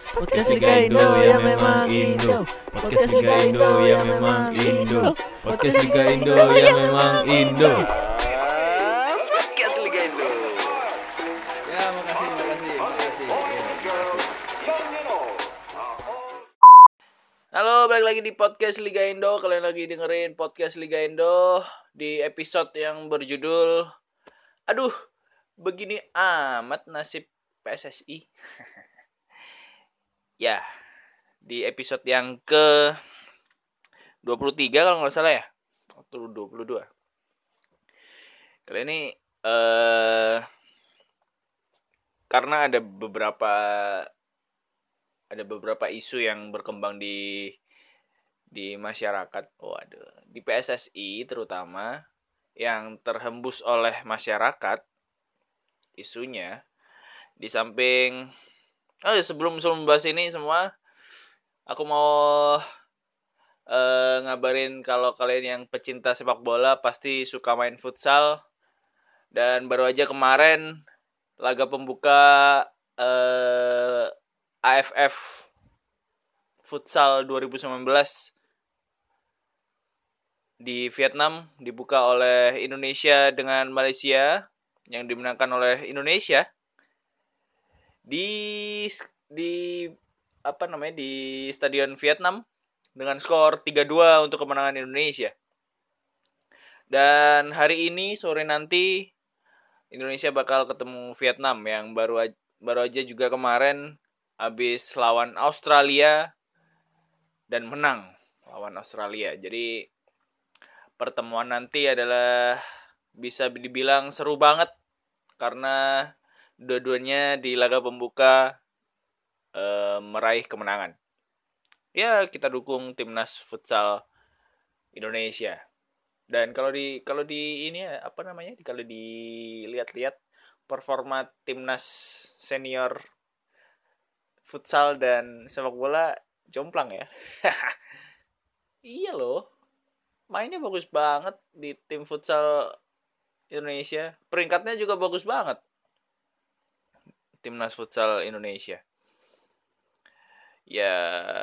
Podcast Liga Indo ya memang Indo. Podcast Liga Indo ya memang Indo. Podcast Liga Indo ya memang Indo. Podcast Liga Indo. Ya makasih. Halo, balik lagi di Podcast Liga Indo. Kalian lagi dengerin Podcast Liga Indo di episode yang berjudul Aduh, begini amat nasib PSSI. Ya, di episode yang ke 23 kalau nggak salah ya, atau 22. Kali ini karena ada beberapa isu yang berkembang di masyarakat. Di PSSI terutama yang terhembus oleh masyarakat isunya. Di samping sebelum bahas ini semua, aku mau ngabarin kalau kalian yang pecinta sepak bola pasti suka main futsal. Dan baru aja kemarin laga pembuka AFF Futsal 2019 di Vietnam dibuka oleh Indonesia dengan Malaysia yang dimenangkan oleh Indonesia di Stadion Vietnam dengan skor 3-2 untuk kemenangan Indonesia. Dan hari ini sore nanti Indonesia bakal ketemu Vietnam yang baru aja juga kemarin habis lawan Australia dan menang lawan Australia. Jadi pertemuan nanti adalah bisa dibilang seru banget karena dua-duanya di laga pembuka meraih kemenangan. Ya, kita dukung timnas futsal Indonesia. Dan kalau dilihat-lihat performa timnas senior futsal dan sepak bola jomplang ya. Iya loh. Mainnya bagus banget di tim futsal Indonesia. Peringkatnya juga bagus banget. Timnas futsal Indonesia. Ya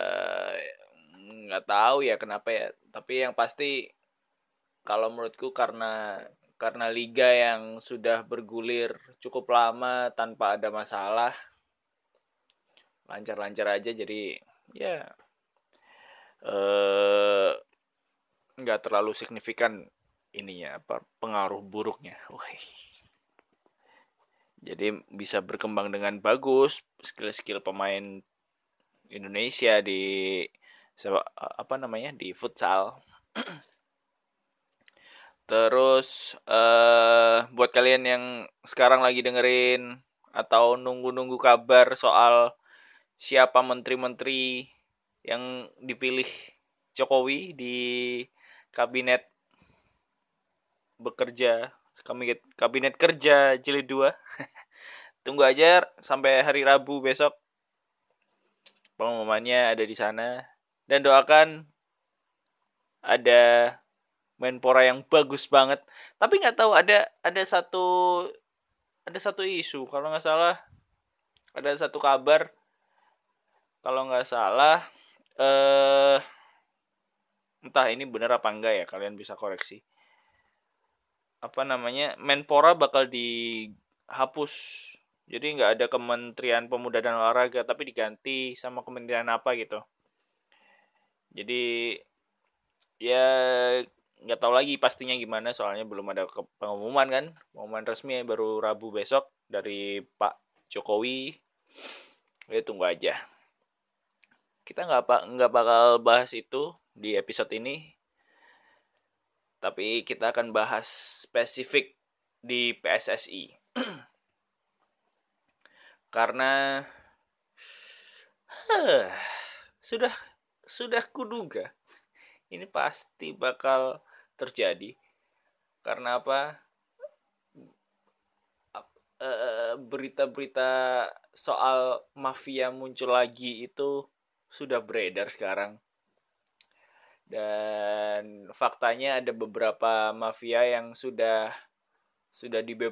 nggak tahu ya kenapa ya. Tapi yang pasti kalau menurutku karena liga yang sudah bergulir cukup lama tanpa ada masalah, lancar-lancar aja, jadi ya nggak terlalu signifikan ininya pengaruh buruknya. Jadi bisa berkembang dengan bagus skill-skill pemain Indonesia di di futsal. Terus buat kalian yang sekarang lagi dengerin atau nunggu-nunggu kabar soal siapa menteri-menteri yang dipilih Jokowi di kabinet kerja jilid 2. Tunggu aja sampai hari Rabu besok. Pengumumannya ada di sana. Dan doakan ada Menpora yang bagus banget. Tapi nggak tahu ada satu isu kalau nggak salah, ada satu kabar kalau nggak salah entah ini benar apa enggak ya, kalian bisa koreksi. Menpora bakal dihapus. Jadi nggak ada Kementerian Pemuda dan Olahraga, tapi diganti sama kementerian apa gitu. Jadi ya nggak tahu lagi pastinya gimana, soalnya belum ada pengumuman kan. Pengumuman resmi baru Rabu besok dari Pak Jokowi. Ya tunggu aja. Kita nggak bakal bahas itu di episode ini, tapi kita akan bahas spesifik di PSSI. Karena sudah kuduga ini pasti bakal terjadi. Karena apa? Berita-berita soal mafia muncul lagi itu sudah beredar sekarang. Dan faktanya ada beberapa mafia yang sudah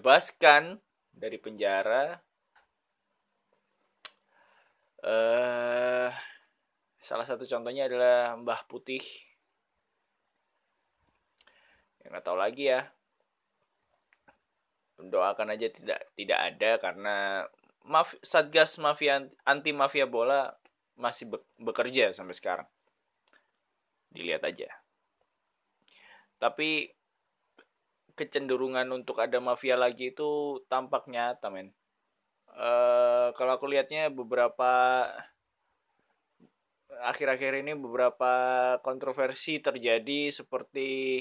dibebaskan dari penjara. Salah satu contohnya adalah Mbah Putih. Yang nggak tahu lagi ya. Doakan aja tidak ada, karena Satgas mafia anti mafia bola masih bekerja sampai sekarang. Dilihat aja. Tapi kecenderungan untuk ada mafia lagi itu tampak nyata, men. Kalau aku lihatnya akhir-akhir ini beberapa kontroversi terjadi, seperti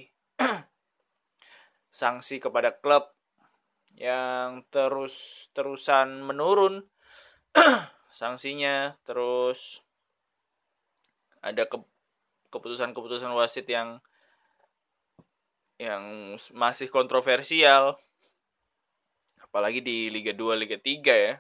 sanksi kepada klub yang terusan menurun sanksinya, terus ada keputusan-keputusan wasit yang masih kontroversial, apalagi di Liga 2, Liga 3 ya.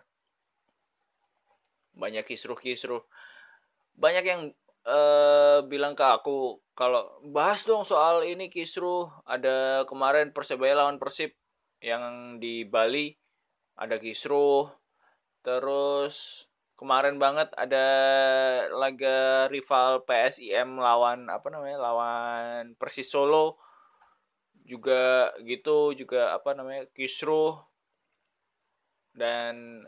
Banyak kisruh-kisruh. Banyak yang bilang ke aku, kalau bahas dong soal ini kisruh. Ada kemarin Persebaya lawan Persib yang di Bali, ada kisruh. Terus kemarin banget ada laga rival PSIM lawan Persis Solo, juga gitu, juga kisruh. Dan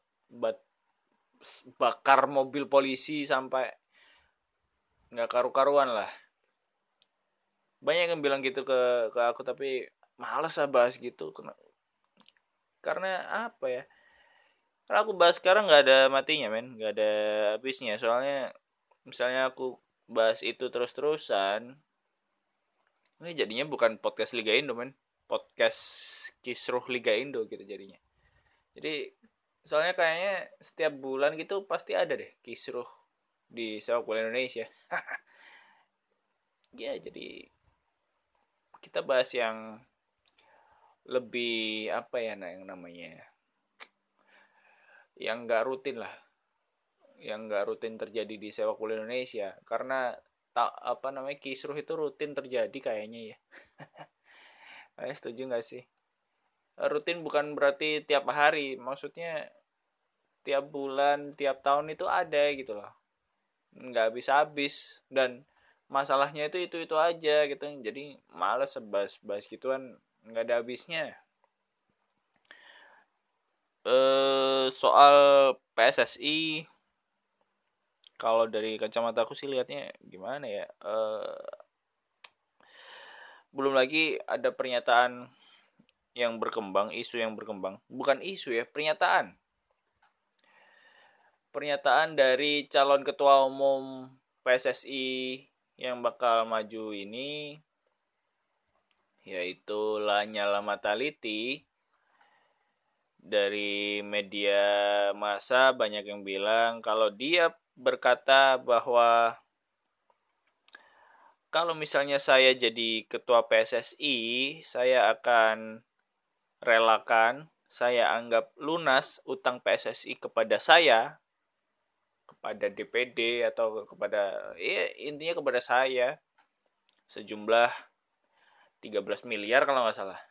bakar mobil polisi sampai nggak karu-karuan lah. Banyak yang bilang gitu ke aku, tapi males lah bahas gitu. Karena apa ya, karena aku bahas sekarang nggak ada matinya, men, nggak ada habisnya. Soalnya misalnya aku bahas itu terus-terusan, ini jadinya bukan podcast Liga Indo, men, podcast kisruh Liga Indo gitu jadinya. Jadi soalnya kayaknya setiap bulan gitu pasti ada deh kisruh di sepak bola Indonesia. Ya, jadi kita bahas yang lebih apa ya, yang namanya, yang nggak rutin lah, yang nggak rutin terjadi di sepak bola Indonesia. Karena kisruh itu rutin terjadi kayaknya ya. Setuju nggak sih? Rutin bukan berarti tiap hari, maksudnya tiap bulan, tiap tahun itu ada gitu loh, nggak habis-habis, dan masalahnya itu aja gitu. Jadi males bahas gituan, nggak ada habisnya. Soal PSSI, kalau dari kacamata aku sih lihatnya gimana ya, belum lagi ada pernyataan yang berkembang, isu yang berkembang, bukan isu ya, pernyataan dari calon ketua umum PSSI yang bakal maju ini, yaitu Lanyala Mataliti. Dari media massa banyak yang bilang kalau dia berkata bahwa kalau misalnya saya jadi ketua PSSI, saya akan relakan, saya anggap lunas utang PSSI kepada saya, kepada DPD, atau kepada, intinya kepada saya, sejumlah 13 miliar kalau nggak salah.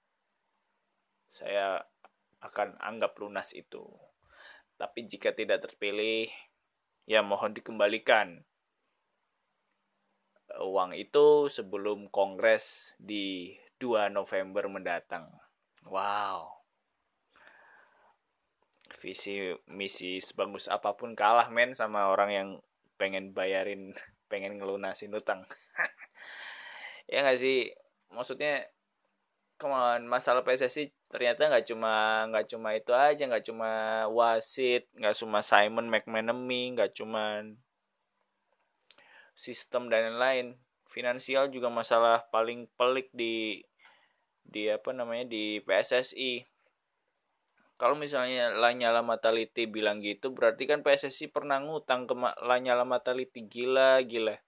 Saya akan anggap lunas itu. Tapi jika tidak terpilih, ya mohon dikembalikan uang itu sebelum Kongres di 2 November mendatang. Wow. Visi misi sebagus apapun kalah, men, sama orang yang pengen ngelunasin utang. Ya nggak sih? Maksudnya, masalah PSSI ternyata nggak cuma itu aja, nggak cuma wasit, nggak cuma Simon McManamy, nggak cuma sistem dan lain-lain. Finansial juga masalah paling pelik di PSSI. Kalau misalnya Lanyala Mataliti bilang gitu, berarti kan PSSI pernah ngutang ke Lanyala Mataliti. Gila.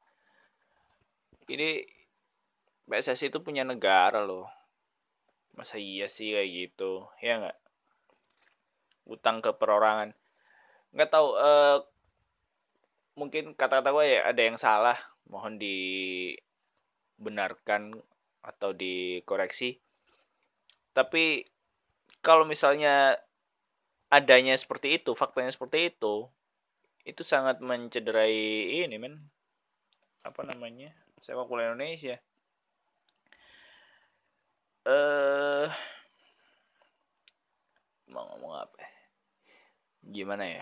Ini PSSI itu punya negara loh. Masa iya sih kayak gitu? Ya nggak? Utang ke perorangan. Nggak tahu, mungkin kata-kata gue ya ada yang salah, mohon dibenarkan atau dikoreksi. Tapi kalau misalnya adanya seperti itu, faktanya seperti itu, itu sangat mencederai ini men, apa namanya, sepak bola Indonesia. Mau ngomong apa? Gimana ya?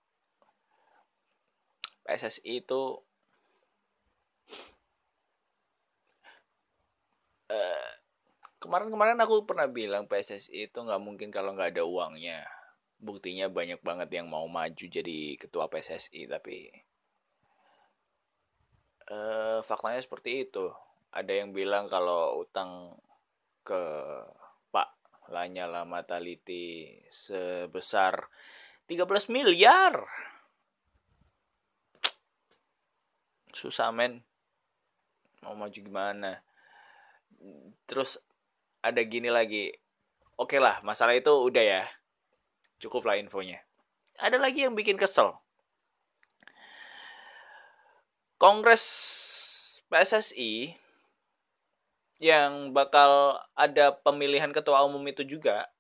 PSSI itu kemarin aku pernah bilang PSSI itu nggak mungkin kalau nggak ada uangnya. Buktinya banyak banget yang mau maju jadi ketua PSSI, tapi faktanya seperti itu. Ada yang bilang kalau utang ke Pak Lanyala Mataliti sebesar 13 miliar. Susah men. Mau maju gimana? Terus ada gini lagi. Oke lah, masalah itu udah ya. Cukup lah infonya. Ada lagi yang bikin kesel. Kongres PSSI yang bakal ada pemilihan ketua umum itu juga,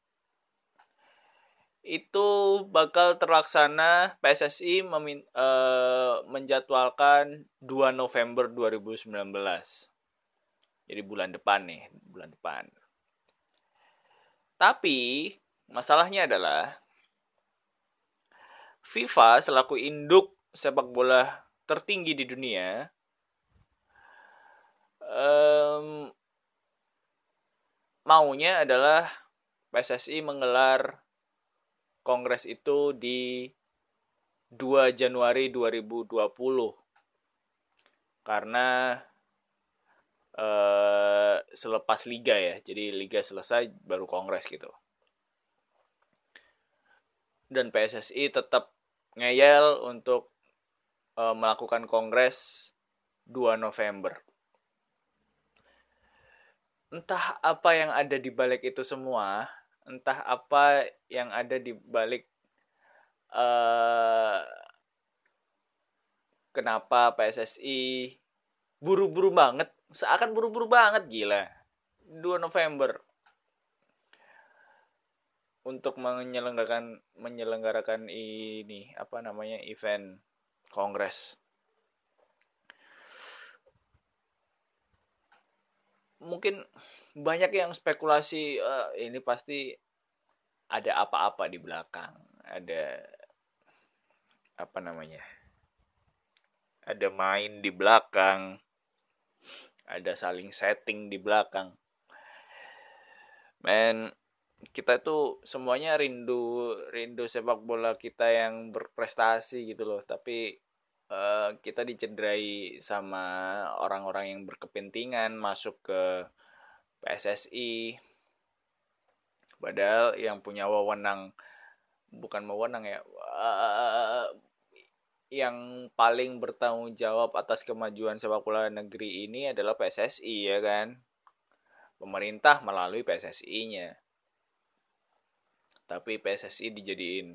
itu bakal terlaksana PSSI menjadwalkan 2 November 2019. Jadi bulan depan nih, bulan depan. Tapi masalahnya adalah FIFA selaku induk sepak bola tertinggi di dunia maunya adalah PSSI menggelar kongres itu di 2 Januari 2020 karena selepas liga ya, jadi liga selesai baru kongres gitu. Dan PSSI tetap ngeyel untuk melakukan kongres 2 November. Entah apa yang ada di balik itu semua, entah apa yang ada di balik kenapa PSSI buru-buru banget, seakan buru-buru banget, gila. 2 November untuk menyelenggarakan ini apa namanya, event kongres. Mungkin banyak yang spekulasi ini pasti ada apa-apa di belakang, ada apa namanya, ada main di belakang, ada saling setting di belakang. Men, kita tuh semuanya rindu sepak bola kita yang berprestasi gitu loh, tapi kita dicederai sama orang-orang yang berkepentingan masuk ke PSSI. Padahal yang punya wewenang, bukan wewenang ya, yang paling bertanggung jawab atas kemajuan sepak bola negeri ini adalah PSSI ya kan. Pemerintah melalui PSSI-nya. Tapi PSSI dijadiin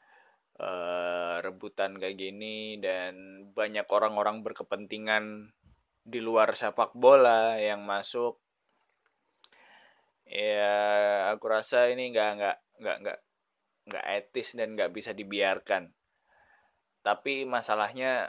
rebutan kayak gini, dan banyak orang-orang berkepentingan di luar sepak bola yang masuk. Ya aku rasa ini nggak etis dan nggak bisa dibiarkan. Tapi masalahnya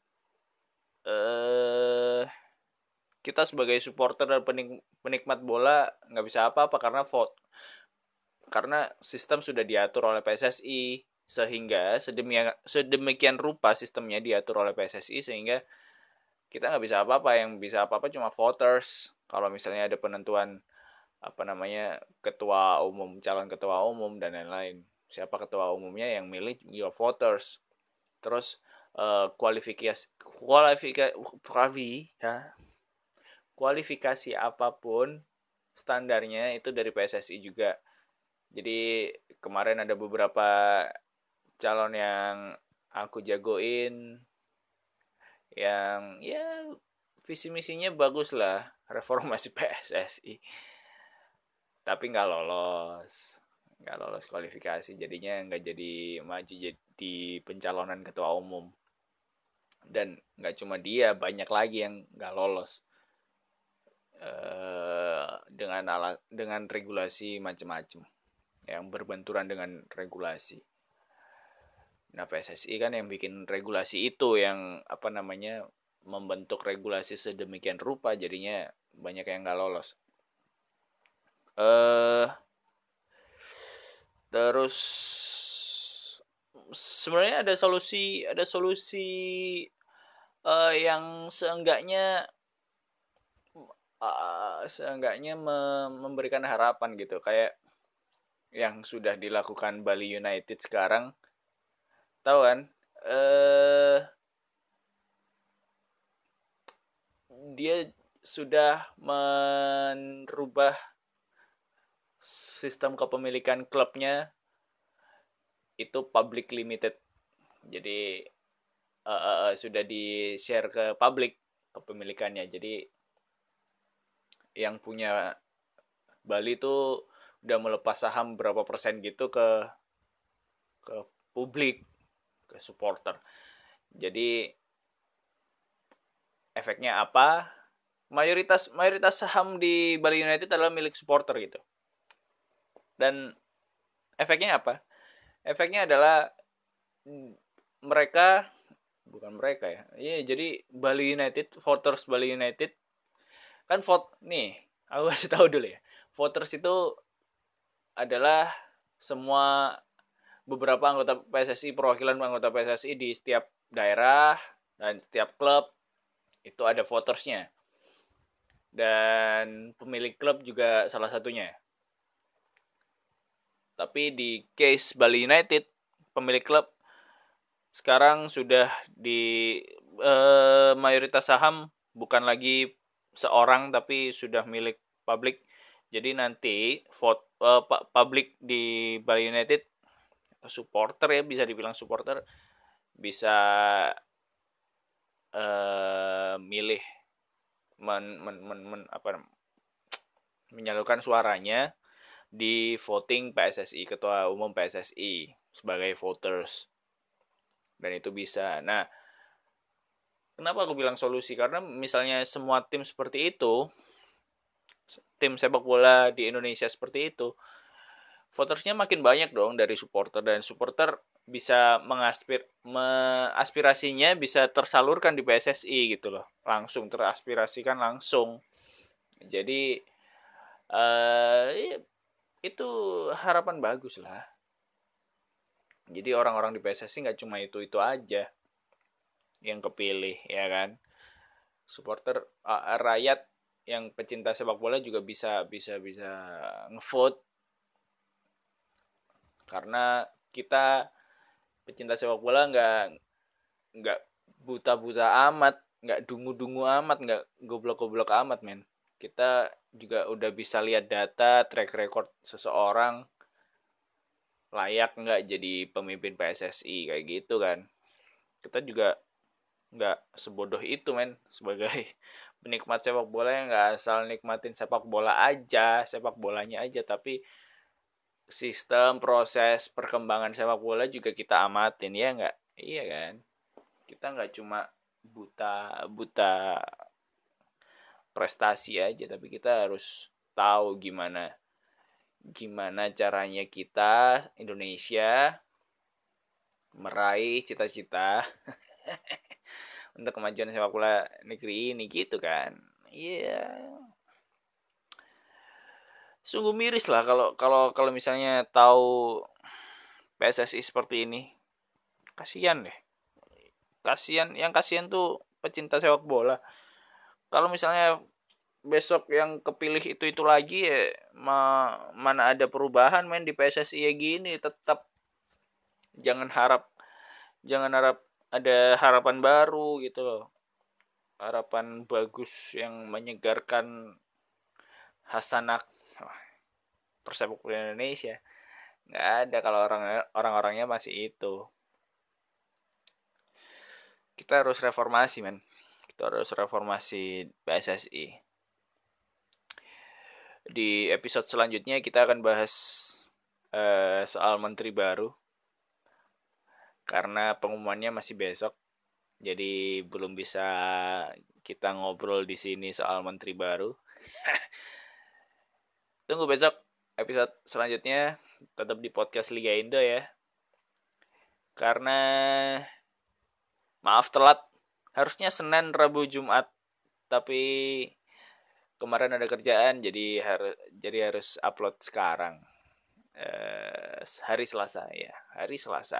kita sebagai supporter dan penikmat bola nggak bisa apa-apa karena sistem sudah diatur oleh PSSI, sehingga sedemikian rupa sistemnya diatur oleh PSSI sehingga kita nggak bisa apa-apa. Yang bisa apa-apa cuma voters. Kalau misalnya ada penentuan apa namanya, calon ketua umum dan lain-lain, siapa ketua umumnya yang milih your voters. Terus kualifikasi apapun standarnya itu dari PSSI juga. Jadi kemarin ada beberapa calon yang aku jagoin yang ya visi misinya bagus lah, reformasi PSSI, tapi nggak lolos kualifikasi, jadinya nggak jadi maju jadi pencalonan ketua umum. Dan nggak cuma dia, banyak lagi yang nggak lolos dengan regulasi macam-macam yang berbenturan dengan regulasi. Nah, PSSI kan yang bikin regulasi itu, yang membentuk regulasi sedemikian rupa, jadinya banyak yang nggak lolos. Terus sebenarnya ada solusi yang seenggaknya memberikan harapan gitu, kayak yang sudah dilakukan Bali United sekarang, tahu kan? Dia sudah merubah sistem kepemilikan klubnya itu public limited. Jadi sudah di-share ke publik kepemilikannya. Jadi yang punya Bali itu udah melepas saham berapa persen gitu ke publik, ke supporter. Jadi efeknya apa? Mayoritas saham di Bali United adalah milik supporter gitu. Dan efeknya apa? Efeknya adalah mereka ya. Iya, jadi Bali United, voters Bali United kan nih, aku kasih tahu dulu ya. Voters itu adalah semua beberapa anggota PSSI, perwakilan anggota PSSI di setiap daerah dan setiap klub itu ada votersnya. Dan pemilik klub juga salah satunya. Tapi di case Bali United, pemilik klub sekarang sudah di mayoritas saham bukan lagi seorang tapi sudah milik publik. Jadi nanti publik di Bali United, supporter ya, bisa dibilang supporter, bisa milih menyalurkan suaranya di voting PSSI, ketua umum PSSI sebagai voters. Dan itu bisa. Nah, kenapa aku bilang solusi? Karena misalnya semua tim seperti itu, tim sepak bola di Indonesia seperti itu, votersnya makin banyak dong dari supporter, dan supporter bisa aspirasinya bisa tersalurkan di PSSI gitu loh, langsung teraspirasikan langsung. Jadi itu harapan bagus lah. Jadi orang-orang di PSSI nggak cuma itu aja yang kepilih, ya kan? Supporter rakyat yang pecinta sepak bola juga bisa ngevote, karena kita pecinta sepak bola nggak buta amat, nggak dungu amat, nggak goblok amat, men. Kita juga udah bisa lihat data, track record seseorang layak nggak jadi pemimpin PSSI kayak gitu kan. Kita juga nggak sebodoh itu, men, sebagai penikmat sepak bola yang nggak asal nikmatin sepak bolanya aja, tapi sistem proses perkembangan sepak bola juga kita amatin, ya nggak? Iya kan? Kita nggak cuma buta prestasi aja, tapi kita harus tahu gimana caranya kita Indonesia meraih cita-cita untuk kemajuan sepak bola negeri ini gitu kan. Iya. Sungguh miris lah kalau misalnya tahu PSSI seperti ini. Kasihan deh. Kasihan tuh pecinta sepak bola. Kalau misalnya besok yang kepilih itu lagi ya, mana ada perubahan, men, di PSSI ya gini. Tetap jangan harap ada harapan baru gitu loh, harapan bagus yang menyegarkan hasanah persepak bola Indonesia. Nggak ada kalau orang-orangnya masih itu. Kita harus reformasi, men. Kita harus reformasi PSSI. Di episode selanjutnya kita akan bahas soal menteri baru, karena pengumumannya masih besok. Jadi belum bisa kita ngobrol di sini soal menteri baru. Tunggu besok episode selanjutnya, tetap di podcast Liga Indo ya. Karena maaf telat, harusnya Senin, Rabu, Jumat, tapi kemarin ada kerjaan jadi harus upload sekarang. Hari Selasa ya, hari Selasa.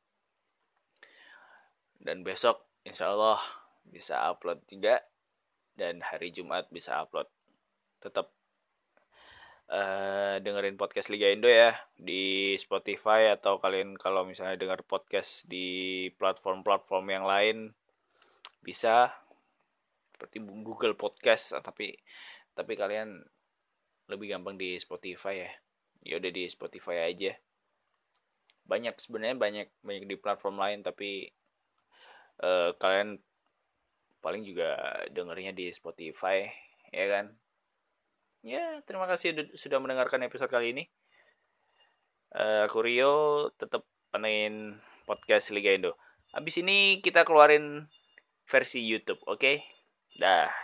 Dan besok insya Allah bisa upload juga, dan hari Jumat bisa upload. Tetap dengerin podcast Liga Indo ya di Spotify, atau kalian kalau misalnya dengar podcast di platform-platform yang lain bisa, seperti Google Podcast, tapi kalian lebih gampang di Spotify ya. Ya udah di Spotify aja. Sebenarnya banyak di platform lain, tapi kalian paling juga dengernya di Spotify, ya kan? Ya, terima kasih sudah mendengarkan episode kali ini. Aku Rio, tetap pantengin podcast Liga Indo. Habis ini kita keluarin versi YouTube, oke? Dah.